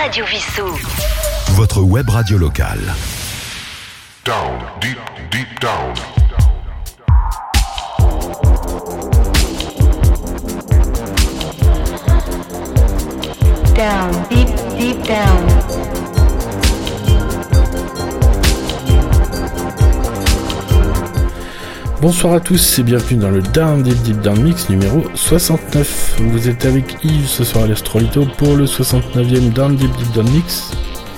Radio Vissou. Votre web radio locale. Down, deep, deep down. Down, deep, deep down. Bonsoir à tous et bienvenue dans le Down Deep Deep Down Mix numéro 69. Vous êtes avec Yves ce soir à l'Astrolito pour le 69e Down Deep Deep Down Mix.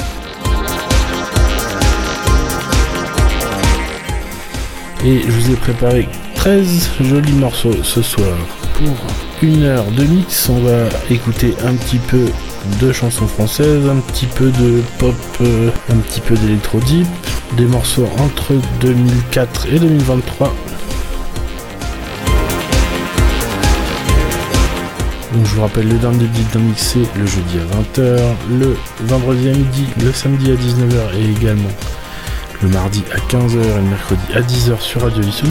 Et je vous ai préparé 13 jolis morceaux ce soir. Pour une heure de mix, on va écouter un petit peu de chansons françaises, un petit peu de pop, un petit peu d'électro deep, des morceaux entre 2004 et 2023. Donc je vous rappelle, le Down Deep Deep Down Mix c'est le jeudi à 20h, le vendredi à midi, le samedi à 19h et également le mardi à 15h et le mercredi à 10h sur Radio Vissou.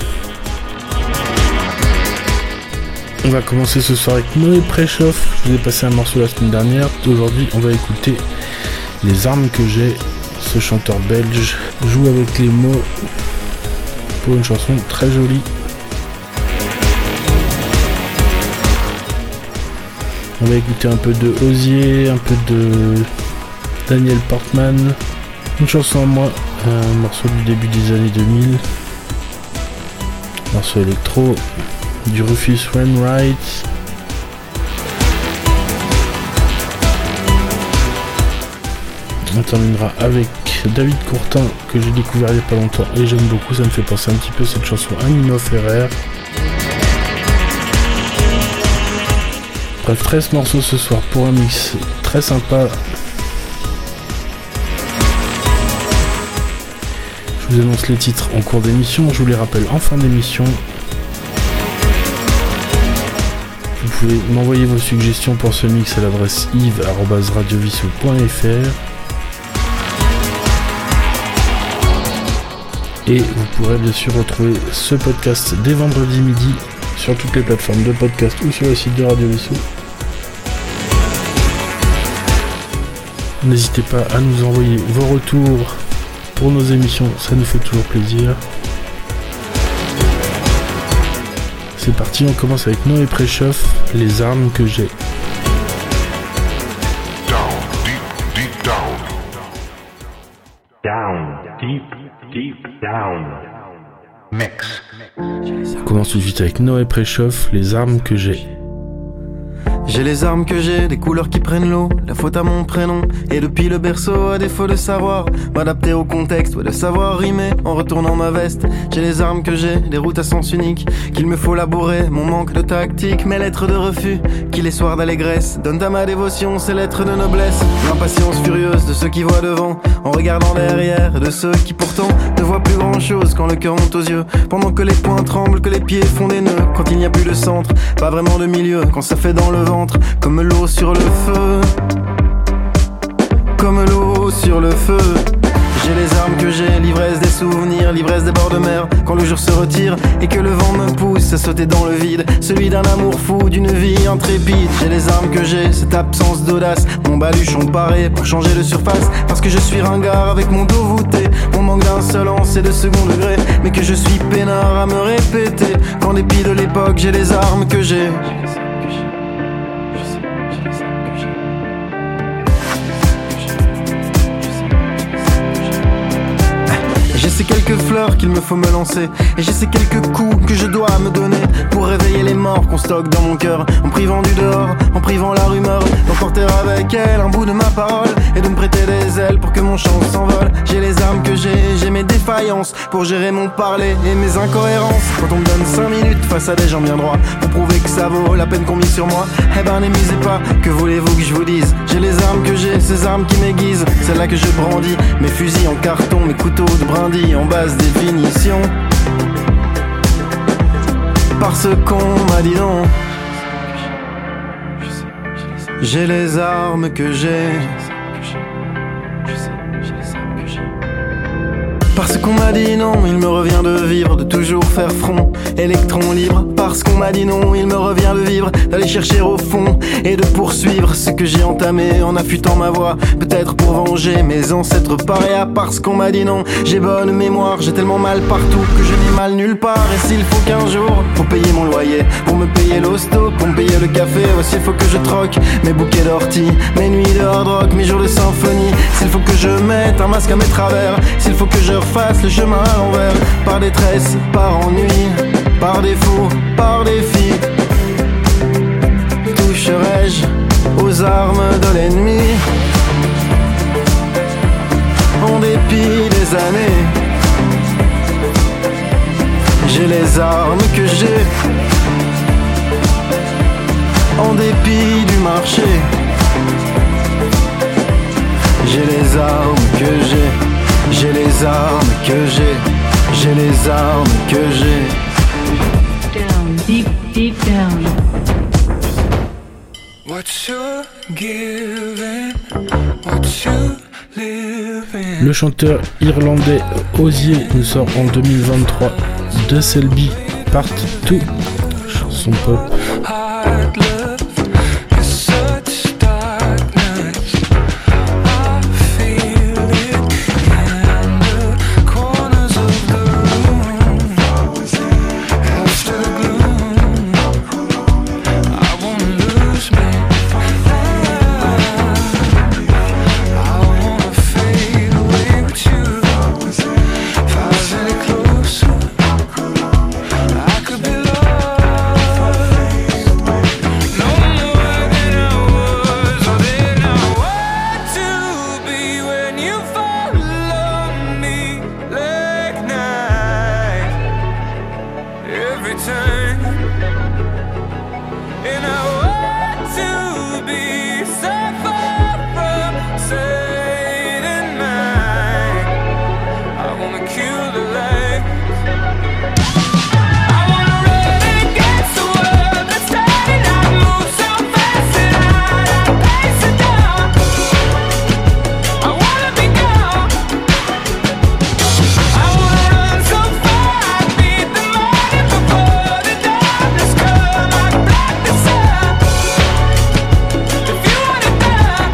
On va commencer ce soir avec Noé Préchauffe. Je vous ai passé un morceau la semaine dernière. Aujourd'hui, on va écouter Les armes que j'ai. Ce chanteur belge joue avec les mots pour une chanson très jolie. On va écouter un peu de Hozier, un peu de Daniel Portman. Une chanson à moi, un morceau du début des années 2000. Morceau électro. Du Rufus Wainwright. On terminera avec David Courtin que j'ai découvert il n'y a pas longtemps et j'aime beaucoup, ça me fait penser un petit peu cette chanson à Nino Ferrer. Bref, 13 morceaux ce soir pour un mix très sympa. Je vous annonce les titres en cours d'émission, je vous les rappelle en fin d'émission. Vous pouvez m'envoyer vos suggestions pour ce mix à l'adresse yves@radiovissou.fr et vous pourrez bien sûr retrouver ce podcast dès vendredi midi sur toutes les plateformes de podcast ou sur le site de Radio Vissou. N'hésitez pas à nous envoyer vos retours pour nos émissions, ça nous fait toujours plaisir. C'est parti, on commence avec Noé Préchauffe, Les armes que j'ai. Down, deep, deep down. Down, deep, deep down. Mix. On commence tout de suite avec Noé Préchauffe, Les armes que j'ai. J'ai les armes que j'ai, des couleurs qui prennent l'eau, la faute à mon prénom. Et depuis le berceau, à défaut de savoir m'adapter au contexte, ou de savoir rimer en retournant ma veste. J'ai les armes que j'ai, des routes à sens unique, qu'il me faut labourer, mon manque de tactique, mes lettres de refus, qui les soirs d'allégresse donnent à ma dévotion ces lettres de noblesse. L'impatience furieuse de ceux qui voient devant, en regardant derrière, de ceux qui pourtant ne voient plus grand chose quand le cœur monte aux yeux. Pendant que les poings tremblent, que les pieds font des nœuds, quand il n'y a plus de centre, pas vraiment de milieu, quand ça fait dans le vent. Comme l'eau sur le feu, comme l'eau sur le feu. J'ai les armes que j'ai, l'ivresse des souvenirs, l'ivresse des bords de mer. Quand le jour se retire et que le vent me pousse à sauter dans le vide, celui d'un amour fou, d'une vie intrépide. J'ai les armes que j'ai, cette absence d'audace, mon baluchon paré pour changer de surface. Parce que je suis ringard avec mon dos voûté, mon manque d'insolence et de second degré, mais que je suis peinard à me répéter. Qu'en dépit de l'époque, j'ai les armes que j'ai. J'ai ces quelques fleurs qu'il me faut me lancer, et j'ai ces quelques coups que je dois me donner pour réveiller les morts qu'on stocke dans mon cœur, en privant du dehors, en privant la rumeur d'emporter avec elle un bout de ma parole et de me prêter des ailes pour que mon chant s'envole. J'ai les armes que j'ai mes défaillances pour gérer mon parler et mes incohérences. Quand on me donne 5 minutes face à des gens bien droits pour prouver que ça vaut la peine qu'on mise sur moi, eh ben n'émisez pas, que voulez-vous que je vous dise? J'ai les armes que j'ai, ces armes qui m'aiguisent, celles-là que je brandis, mes fusils en carton, mes couteaux de brindilles en basse définition. Parce qu'on m'a dit non. J'ai les armes que j'ai. Parce qu'on m'a dit non, il me revient de vivre, de toujours faire front, électron libre. Parce qu'on m'a dit non, il me revient de vivre, d'aller chercher au fond et de poursuivre ce que j'ai entamé en affûtant ma voix, peut-être pour venger mes ancêtres paréas. Parce qu'on m'a dit non, j'ai bonne mémoire, j'ai tellement mal partout que je n'ai mal nulle part. Et s'il faut qu'un jour, pour payer mon loyer, pour me payer l'hosto, pour me payer le café, s'il faut que je troque mes bouquets d'orties, mes nuits de hard rock, mes jours de symphonie, s'il faut que je mette un masque à mes travers, s'il faut que je refasse le chemin à l'envers, par détresse, par ennui, par défaut, par défi, toucherai-je aux armes de l'ennemi, en dépit des années. J'ai les armes que j'ai, en dépit du marché. J'ai les armes que j'ai les armes que j'ai les armes que j'ai. Down, deep, deep down. What you're giving, what you living. Le chanteur irlandais Osier nous sort en 2023 de Selby Part 2, chanson pop. Hard love is such darkness. I feel it in the corners of the room. After the gloom, I wanna lose me. I wanna fade away with you. If I was any closer, I could be lost. No more than I was or than I want to be when you follow me like night every time. And I want to be so far from sane and mine. I wanna kill the light. I wanna run against the world that's turning. I move so fast and I pace it down. I wanna be gone. I wanna run so far I beat the morning before the darkness come. I block the sun. If you want it done,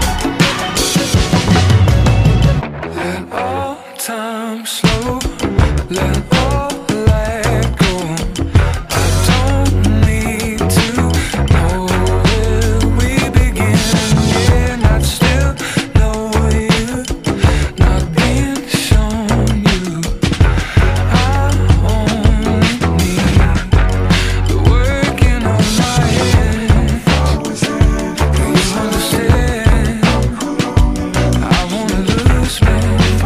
let all time slow. Let all light go. I don't need to know where we begin. Yeah, not still know you, not being shown you. I only need the working on my head. Please understand, I wanna lose me.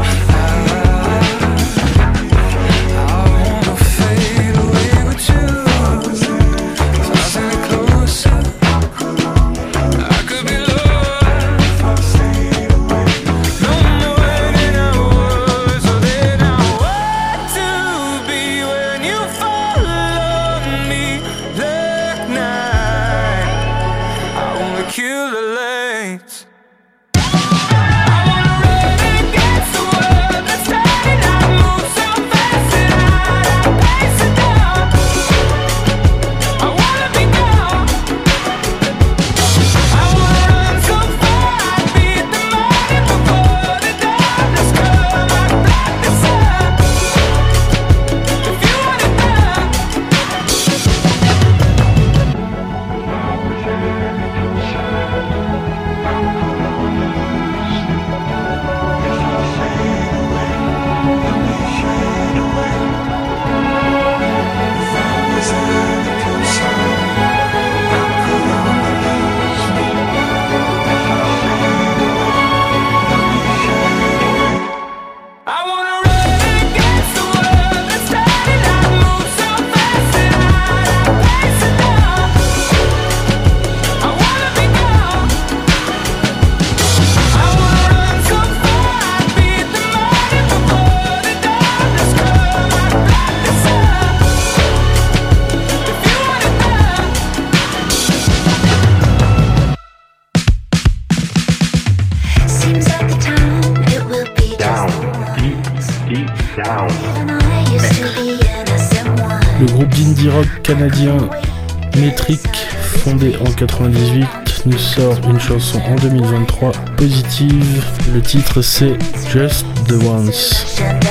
I wanna fade away with you. If I was any closer, I could be lost. No more than I was or than I want to be when you follow me like night. I wanna kill the lights. I wanna run against the world that's turning. I move so fast and I pace it down. I wanna be gone. I wanna run so far I beat the morning before the darkness come. I block the sun. If you want it done. I down. Le groupe d'indie rock canadien Metric, fondé en 98, nous sort une chanson en 2023 positive. Le titre c'est Just the Once.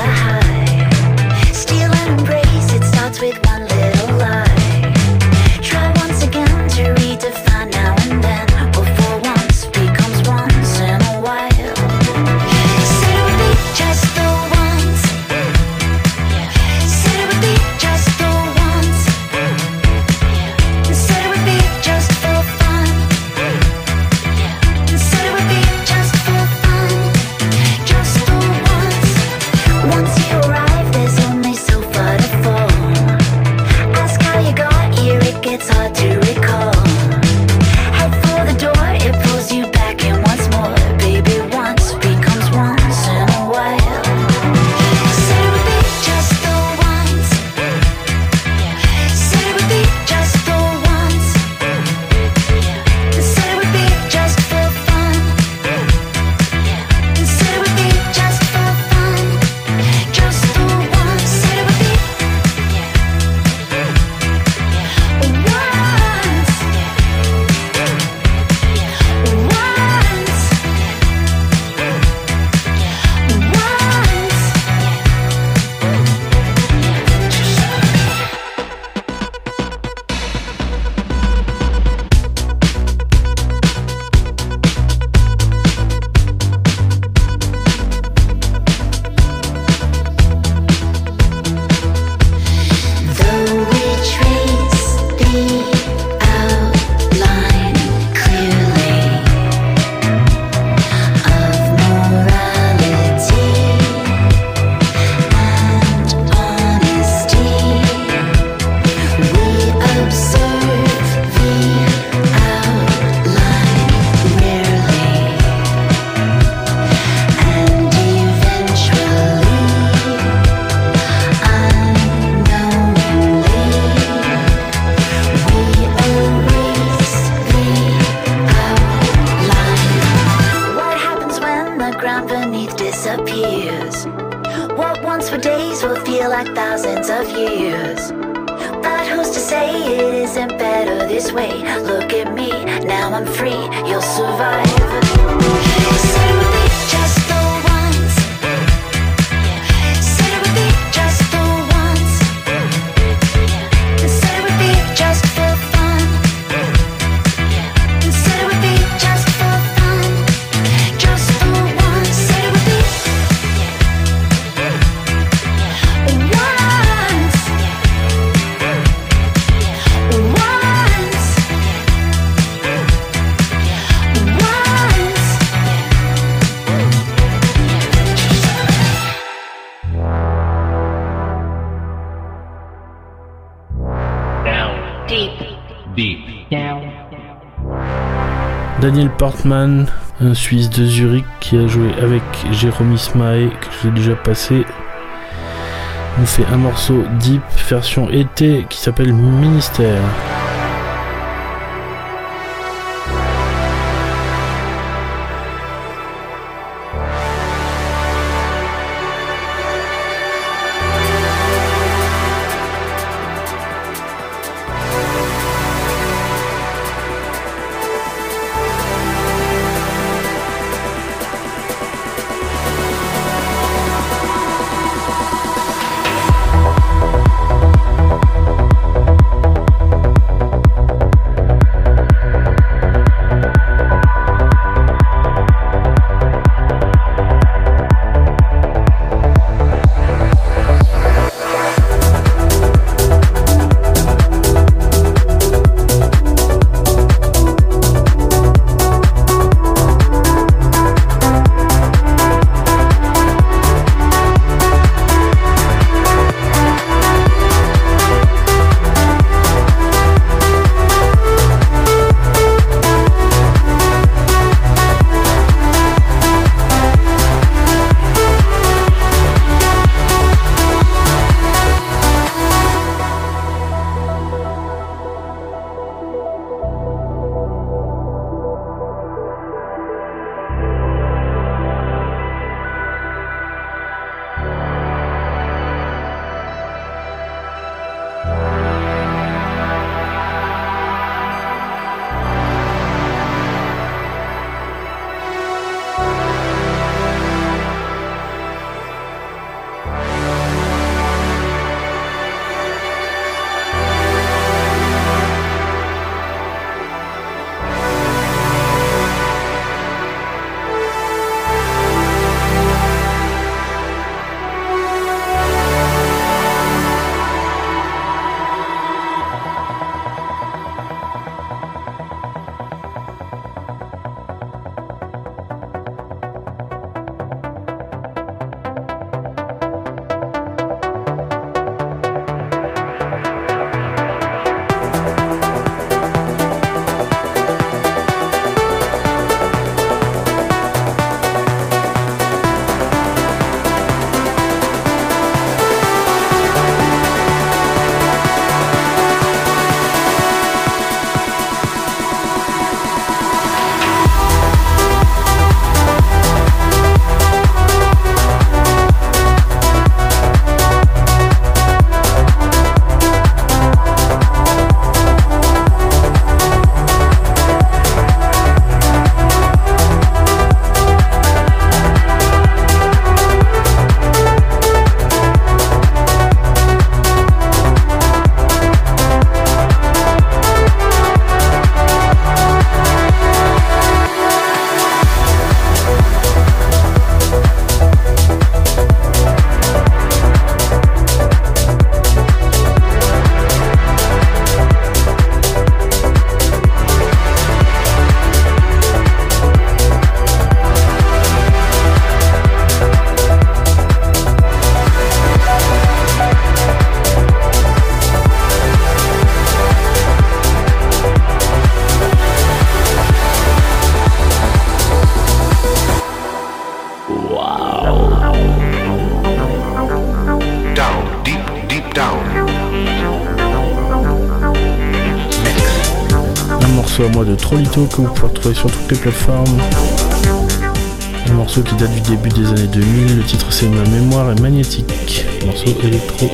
Daniel Portman, un Suisse de Zurich qui a joué avec Jérôme Ismae, que j'ai déjà passé, nous fait un morceau deep version été qui s'appelle Ministère. moi de Trolito que vous pouvez retrouver sur toutes les plateformes. Un morceau qui date du début des années 2000, le titre c'est Ma mémoire est magnétique, morceau électro.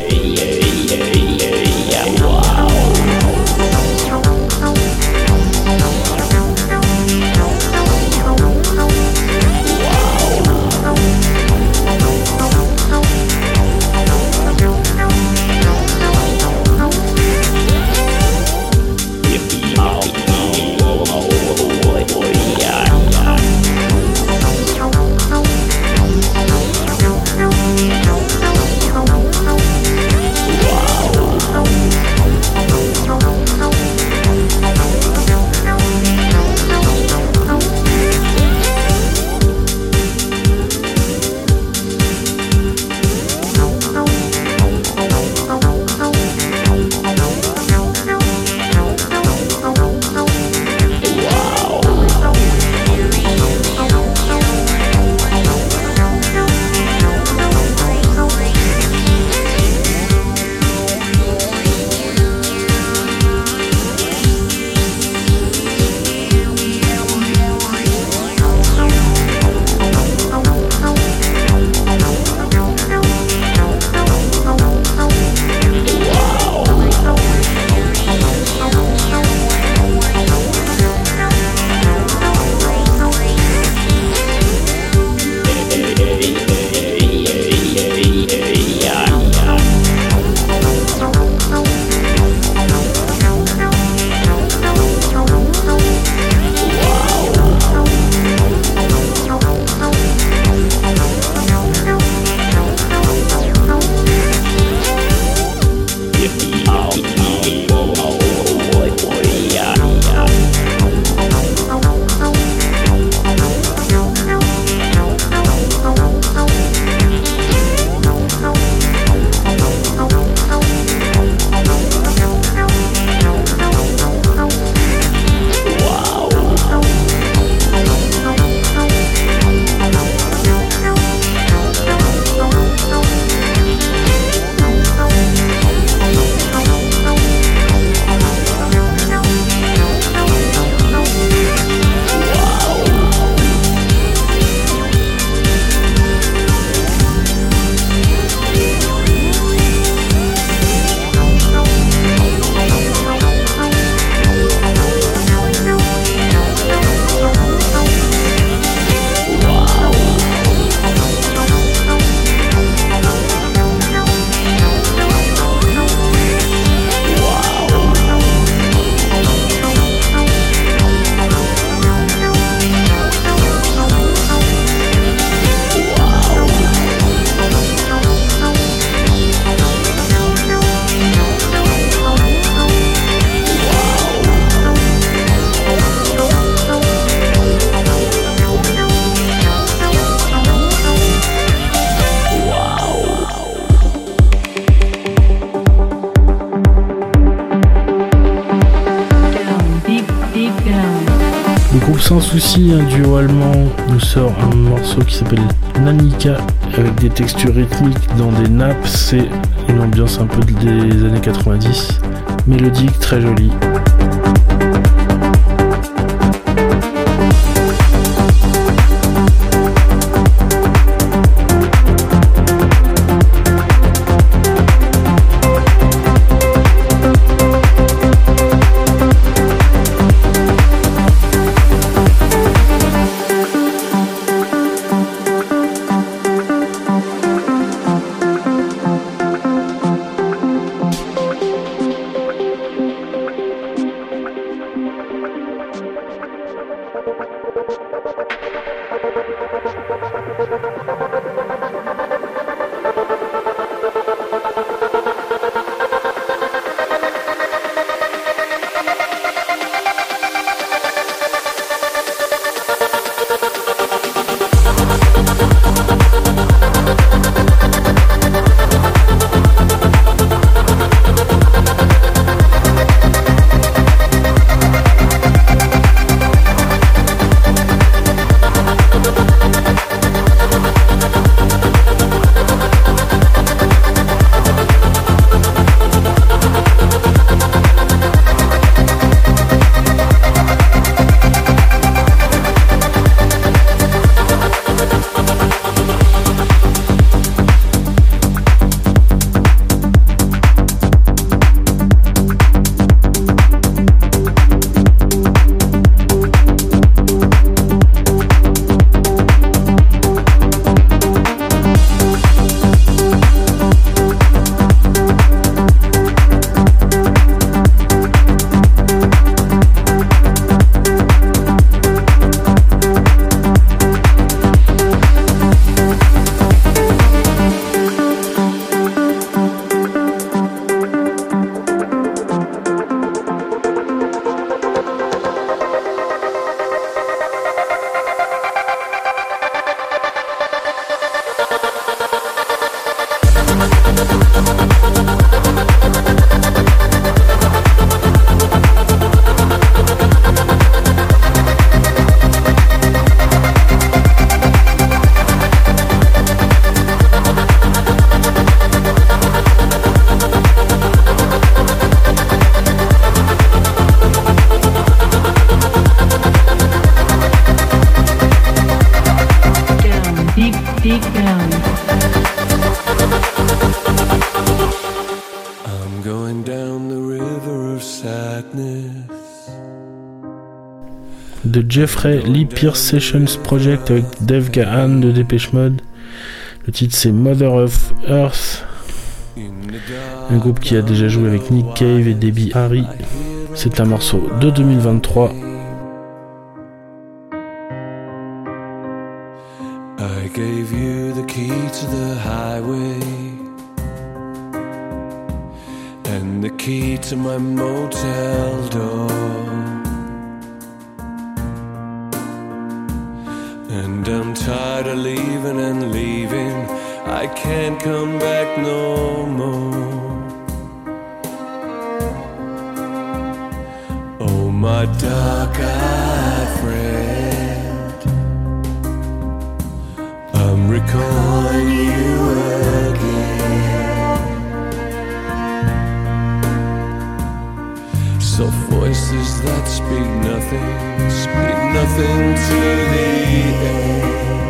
Sans souci, un duo allemand nous sort un morceau qui s'appelle Nanika avec des textures rythmiques dans des nappes. C'est une ambiance un peu des années 90, mélodique, très jolie. deep down. I'm going down the river of sadness. De Jeffrey Lee Pierce Sessions Project avec Dave Gahan de Depeche Mode. Le titre c'est Mother of Earth, un groupe qui a déjà joué avec Nick Cave et Debbie Harry. C'est un morceau de 2023. I gave you the key to the highway and the key to my motel door. And I'm tired of leaving and leaving. I can't come back no more. Oh, my dark-eyed friend, I'm recalling you again. Soft voices that speak nothing to the end.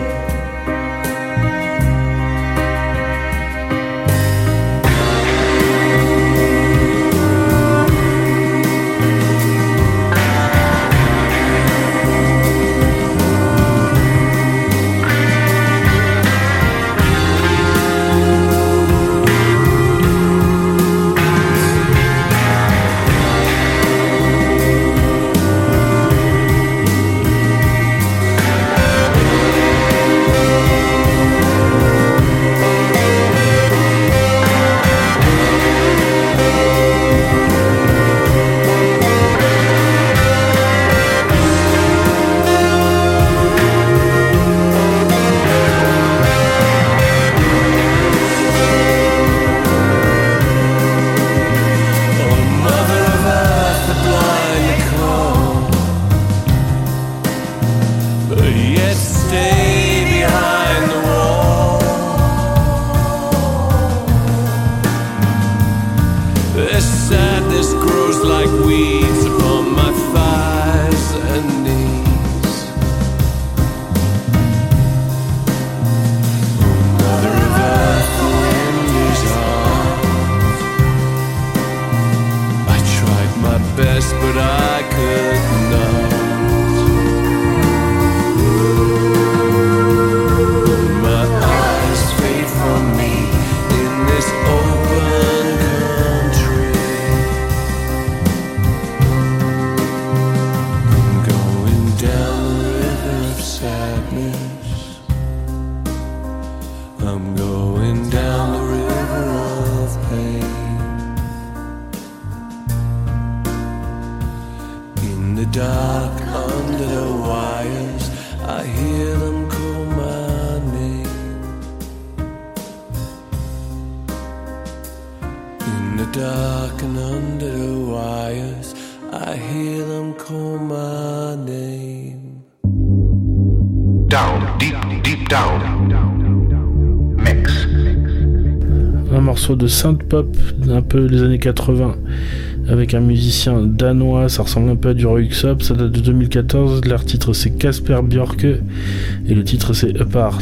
De synth-pop un peu des années 80 avec un musicien danois, ça ressemble un peu à du Röyksopp, ça date de 2014, leur titre c'est Kasper Björke et le titre c'est Apart.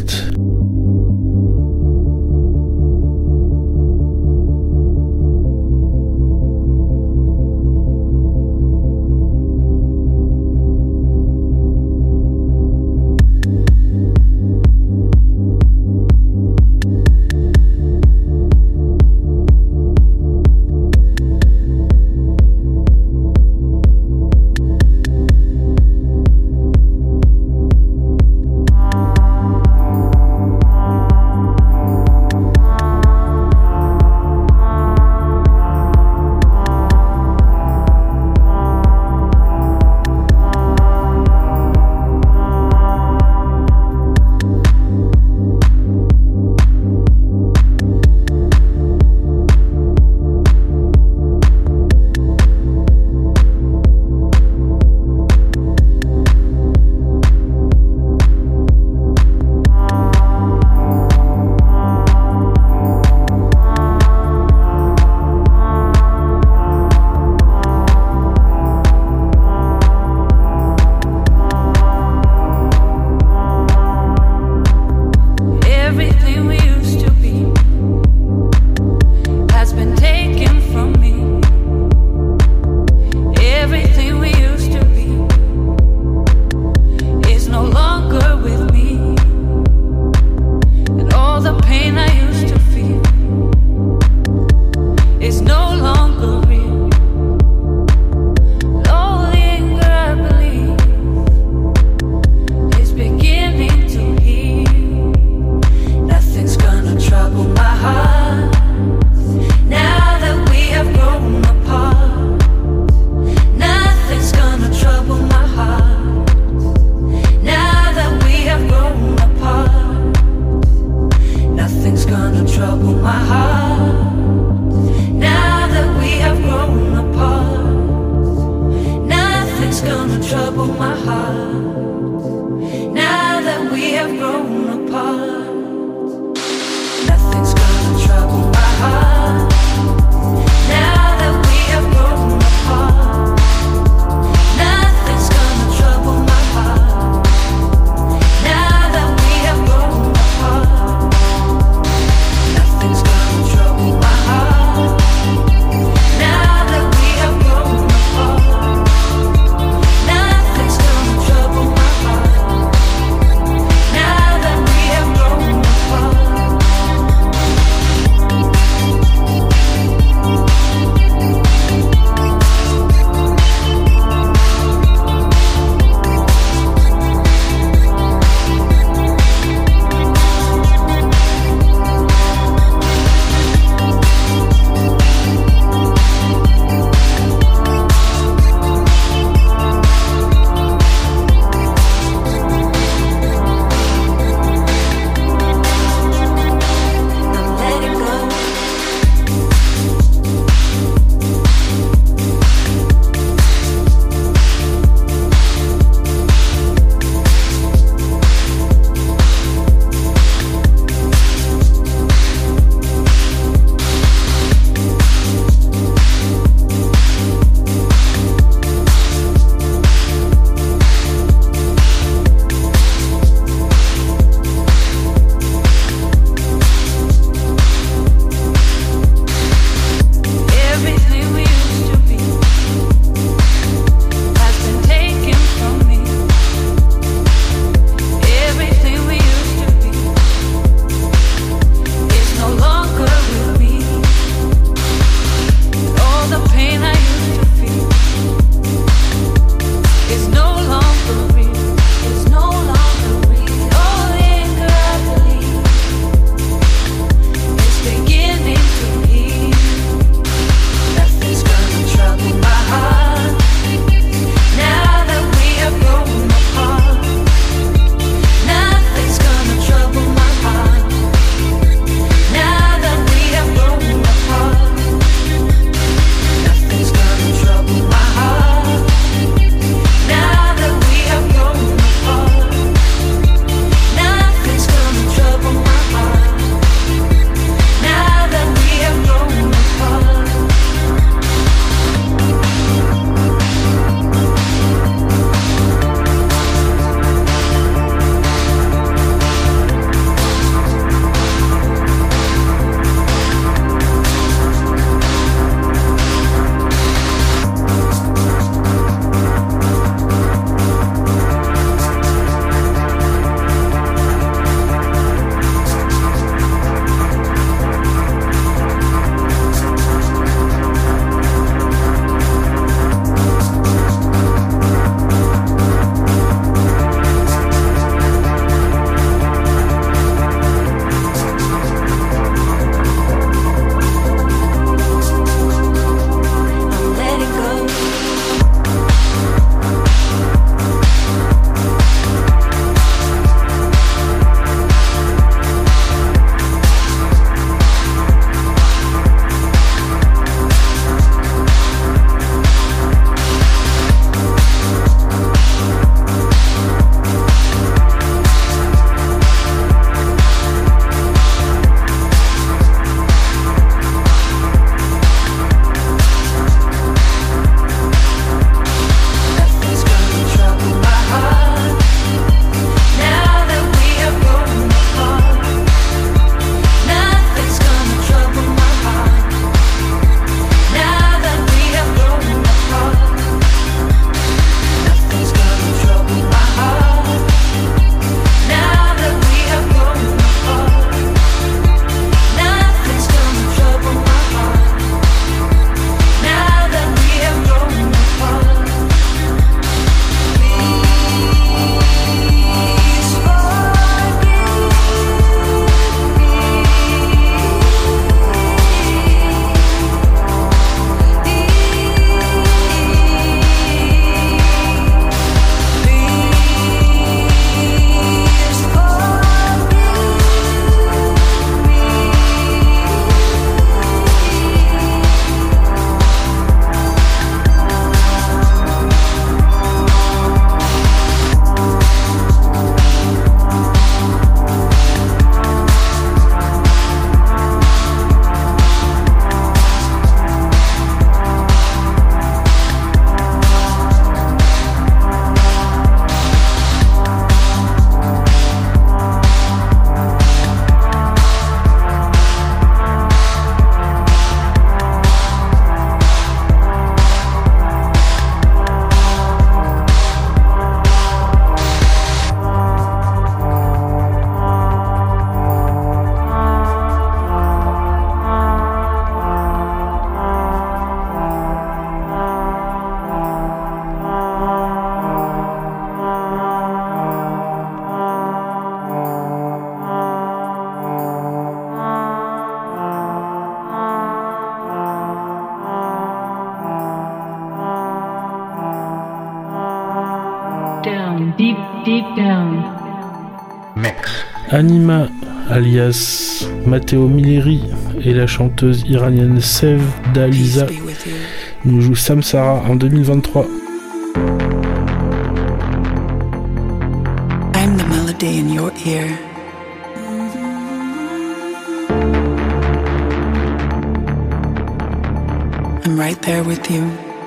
have grown apart. Nothing's gonna trouble my heart. Now that we have grown apart. Nothing's gonna trouble my heart. Now that we have grown apart. Nothing's gonna trouble my heart. Now that we have grown apart. Nothing's gonna trouble my heart. Now that we have grown apart. Mix. Anima, alias Matteo Milleri, et la chanteuse iranienne Sevda Liza nous joue Samsara en 2023. I'm the melody in your ear. I'm right there with you.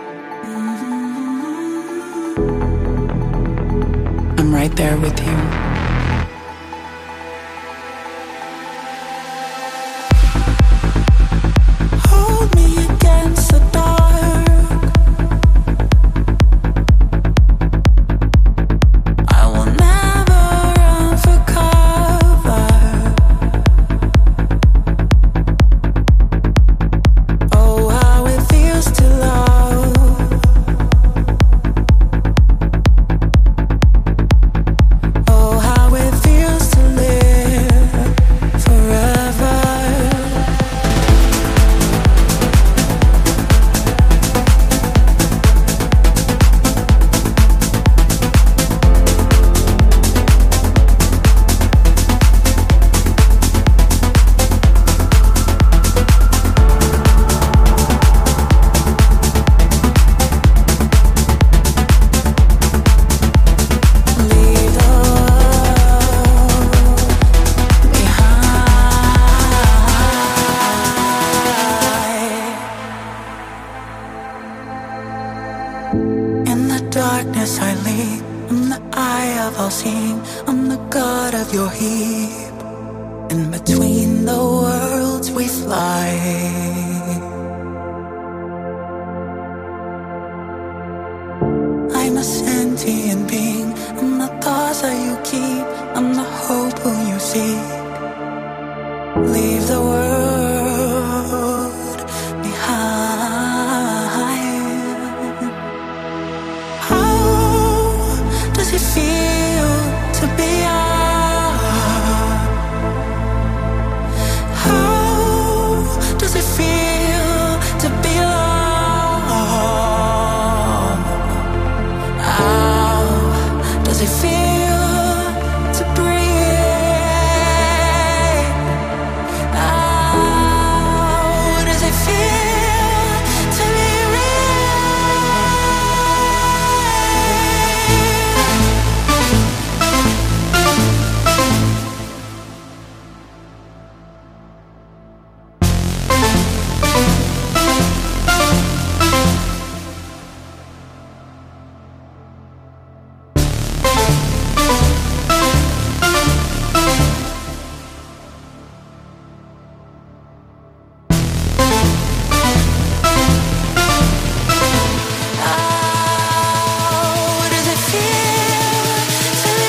I'm right there with you. Hold me against the dark. I will never run for cover. Oh, how it feels to love. Oh, how it feels to live forever. Leave the world behind. In the darkness I lead. I'm the eye of all seeing. I'm the god of your heap. In between the worlds we fly. I'm a sentient being. I'm the thoughts that you keep. I'm the hope who you seek. Leave the world behind. How does it feel to be young? How does it feel to be alone? How does it feel to breathe? How does it feel to be How does it feel to be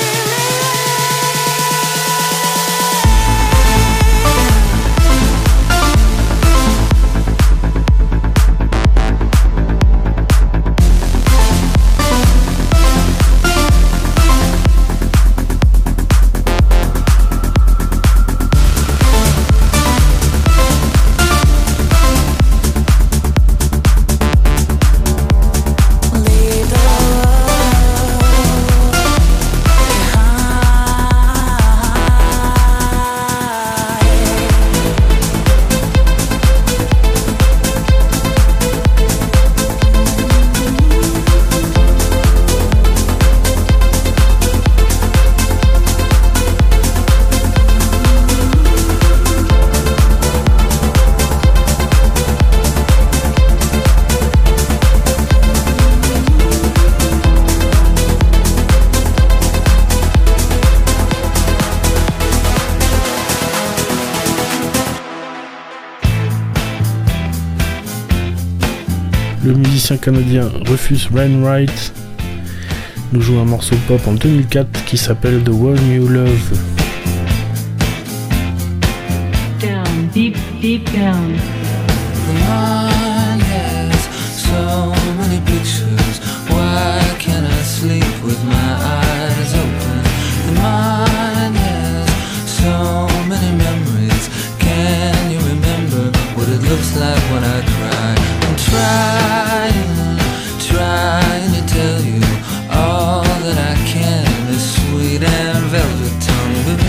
leave the Le musicien canadien Rufus Wainwright nous joue un morceau pop en 2004 qui s'appelle The One You Love. Down, deep, deep down. The mind has so many pictures. Why can't I sleep with my eyes open? The mind has so many memories. Can you remember what it looks like when I cry? I'm trying to tell you all that I can. This sweet and velvet tongue.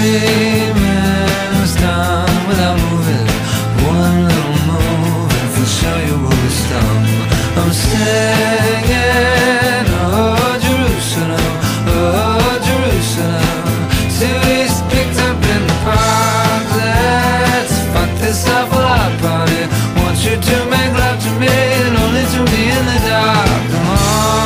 dreaming's done without moving. One little move and for sure you will be stung. I'm singing, oh Jerusalem, oh Jerusalem. Cities picked up in the park. Let's fuck this awful hot party. Want you to make love to me and only to me in the dark. Come on.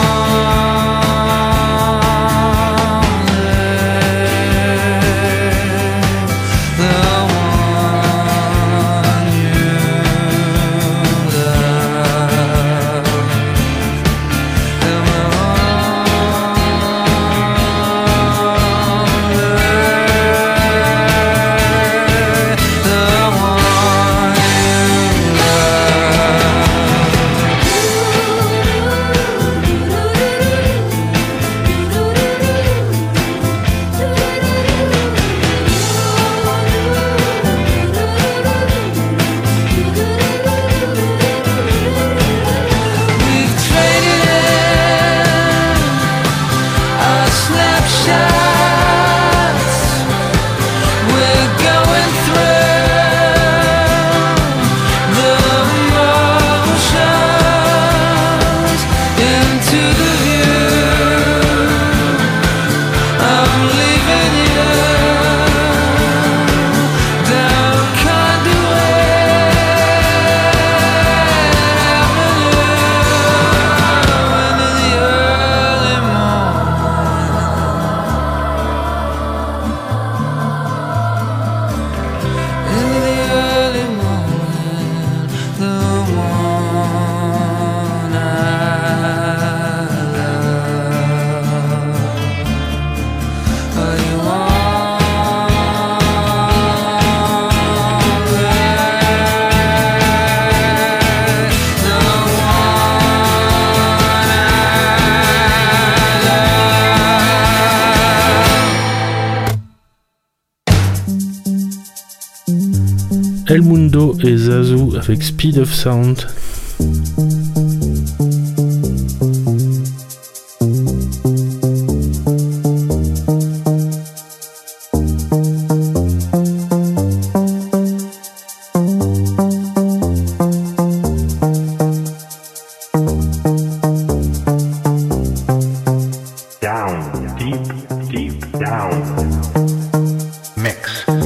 El Mundo et Zazu avec Speed of Sound. Down, deep down. Mix.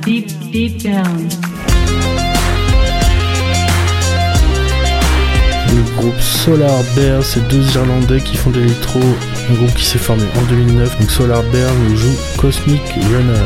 deep down. Le groupe Solar Bear, c'est deux Irlandais qui font de l'électro, un groupe qui s'est formé en 2009. Donc Solar Bear nous joue Cosmic Runner.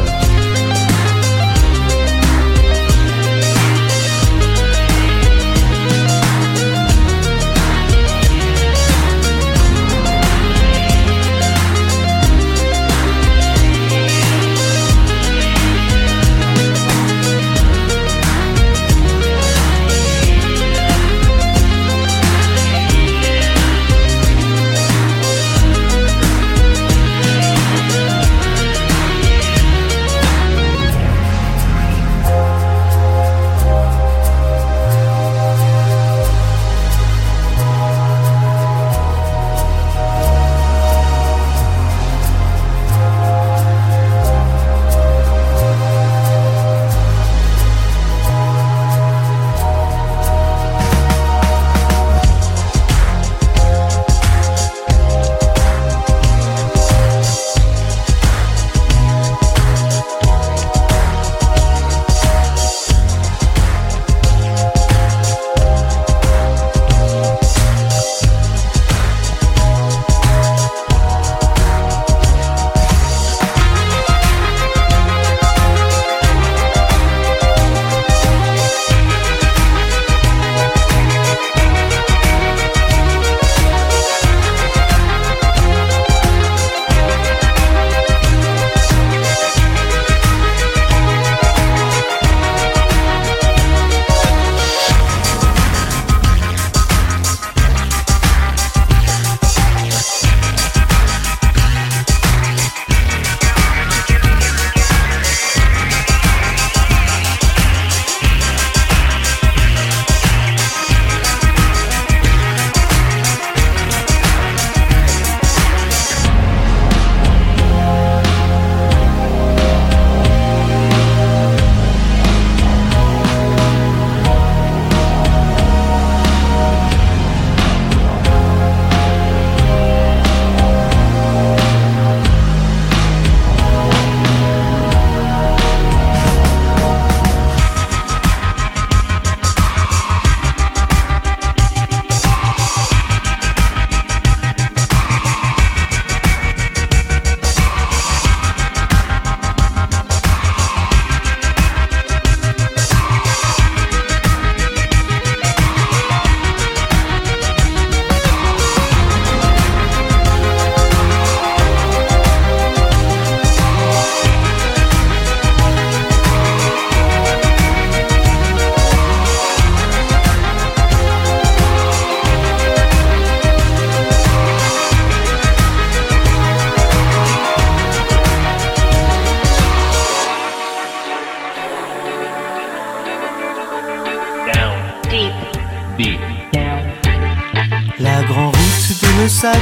La grande route de nos sacs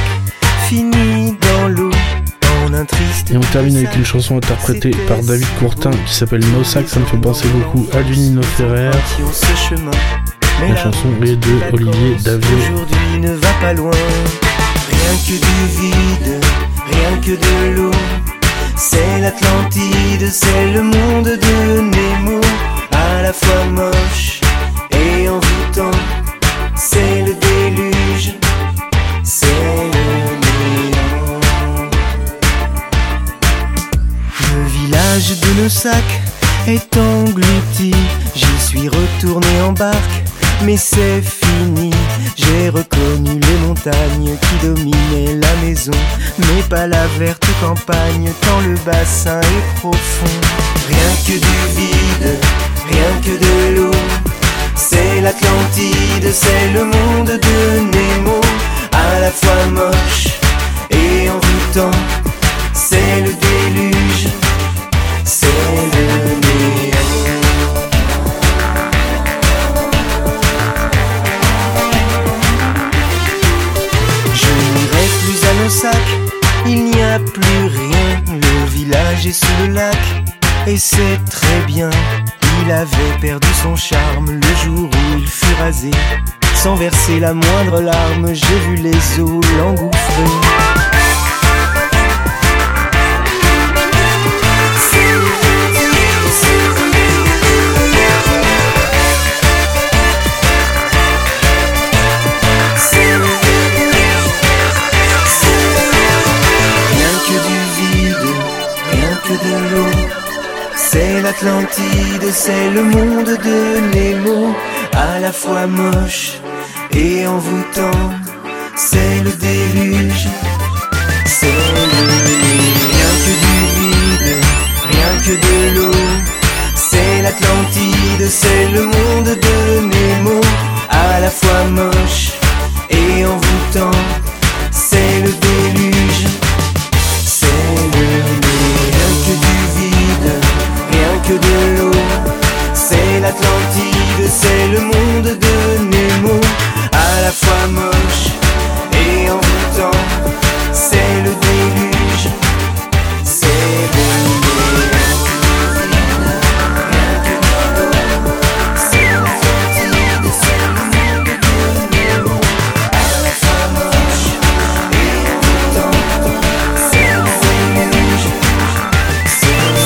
finit dans l'eau. Et on termine avec une chanson interprétée par David Courtin qui s'appelle No Sac. Ça me fait penser beaucoup à Nino Ferrer. La chanson est de Olivier Daviau. Aujourd'hui ne va pas loin. Rien que du vide, rien que de l'eau. C'est l'Atlantide, c'est le monde de Nemo. À la fois moche et envoûtant. C'est le déluge, c'est le néant. Le village de nos sacs est englouti. J'y suis retourné en barque, mais c'est fini. J'ai reconnu les montagnes qui dominaient la maison, mais pas la verte campagne, tant le bassin est profond. Rien que du vide, rien que de l'eau. C'est l'Atlantide, c'est le monde de Nemo. À la fois moche et envoûtant. C'est le déluge, c'est le néant. Je n'irai plus à nos sacs, il n'y a plus rien. Le village est sous le lac, et c'est très bien. Il avait perdu son charme le jour où il fut rasé. Sans verser la moindre larme, j'ai vu les eaux l'engouffrer. C'est le l'Atlantide, c'est le monde de Nemo, à la fois moche et envoûtant. C'est le déluge, c'est le rien que du vide, rien que de l'eau. C'est l'Atlantide, c'est le monde de Nemo, à la fois moche et envoûtant. C'est le déluge, c'est le rien que du vide, rien que de l'eau. C'est l'Atlantide, c'est le monde de Nemo, à la fois moche et envoûtant. C'est le déluge, c'est le rien que de l'eau. C'est l'Atlantide, c'est le monde de Nemo, à la fois moche et envoûtant. C'est le déluge, c'est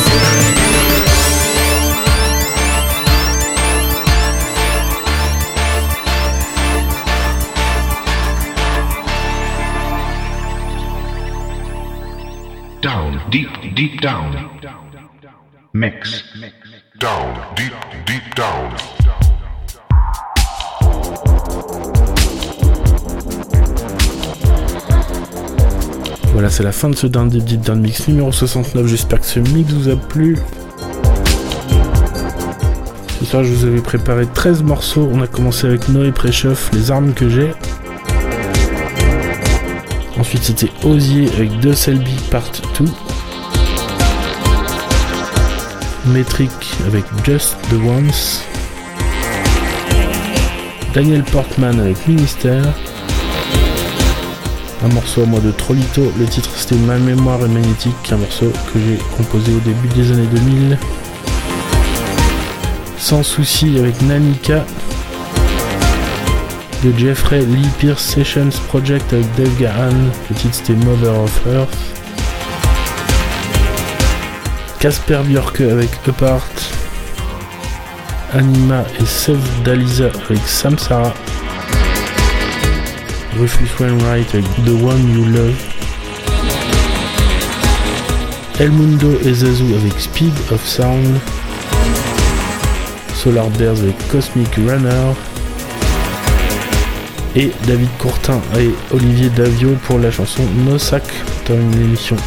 Down, deep, deep down. Mix. Down, deep, deep down. Voilà, c'est la fin de ce Down Deep Deep Down Mix numéro 69. J'espère que ce mix vous a plu. Ce soir, je vous avais préparé 13 morceaux. On a commencé avec Noé Préchoff, Les armes que j'ai. Ensuite, c'était Osier avec De Selby Part 2. Metric avec Just the Once. Daniel Portman avec Ministère. Un morceau à moi de Trollito, le titre c'était Ma mémoire est magnétique, un morceau que j'ai composé au début des années 2000. Sans souci avec Nanika. De Jeffrey Lee Pierce Sessions Project avec Dave Gahan, le titre c'était Mother of Earth. Casper Björk avec Apart. Anima et Save Dalisa avec Samsara. Rufus Wainwright avec The One You Love. El Mundo et Zazu avec Speed of Sound. Solar Bears avec Cosmic Runner. Et David Courtin et Olivier Davio pour la chanson No Sac pour terminer l'émission.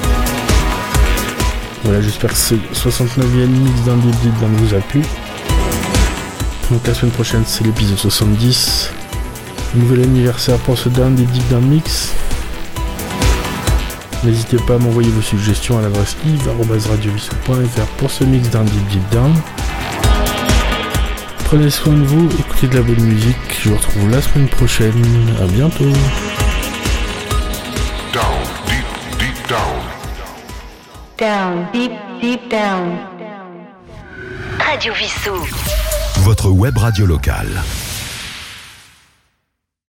Voilà, j'espère que ce 69e mix d'un Deep Deep Down vous a plu. Donc la semaine prochaine c'est l'épisode 70. Nouvel anniversaire pour ce Down Deep Deep Down Mix. N'hésitez pas à m'envoyer vos suggestions à l'adresse yves@radiovissou.fr pour ce mix d'un Deep Deep Down. Prenez soin de vous, écoutez de la bonne musique. Je vous retrouve la semaine prochaine. À bientôt. Down, deep, deep down. Down, deep, deep down. Radio Vissou. Votre web radio locale.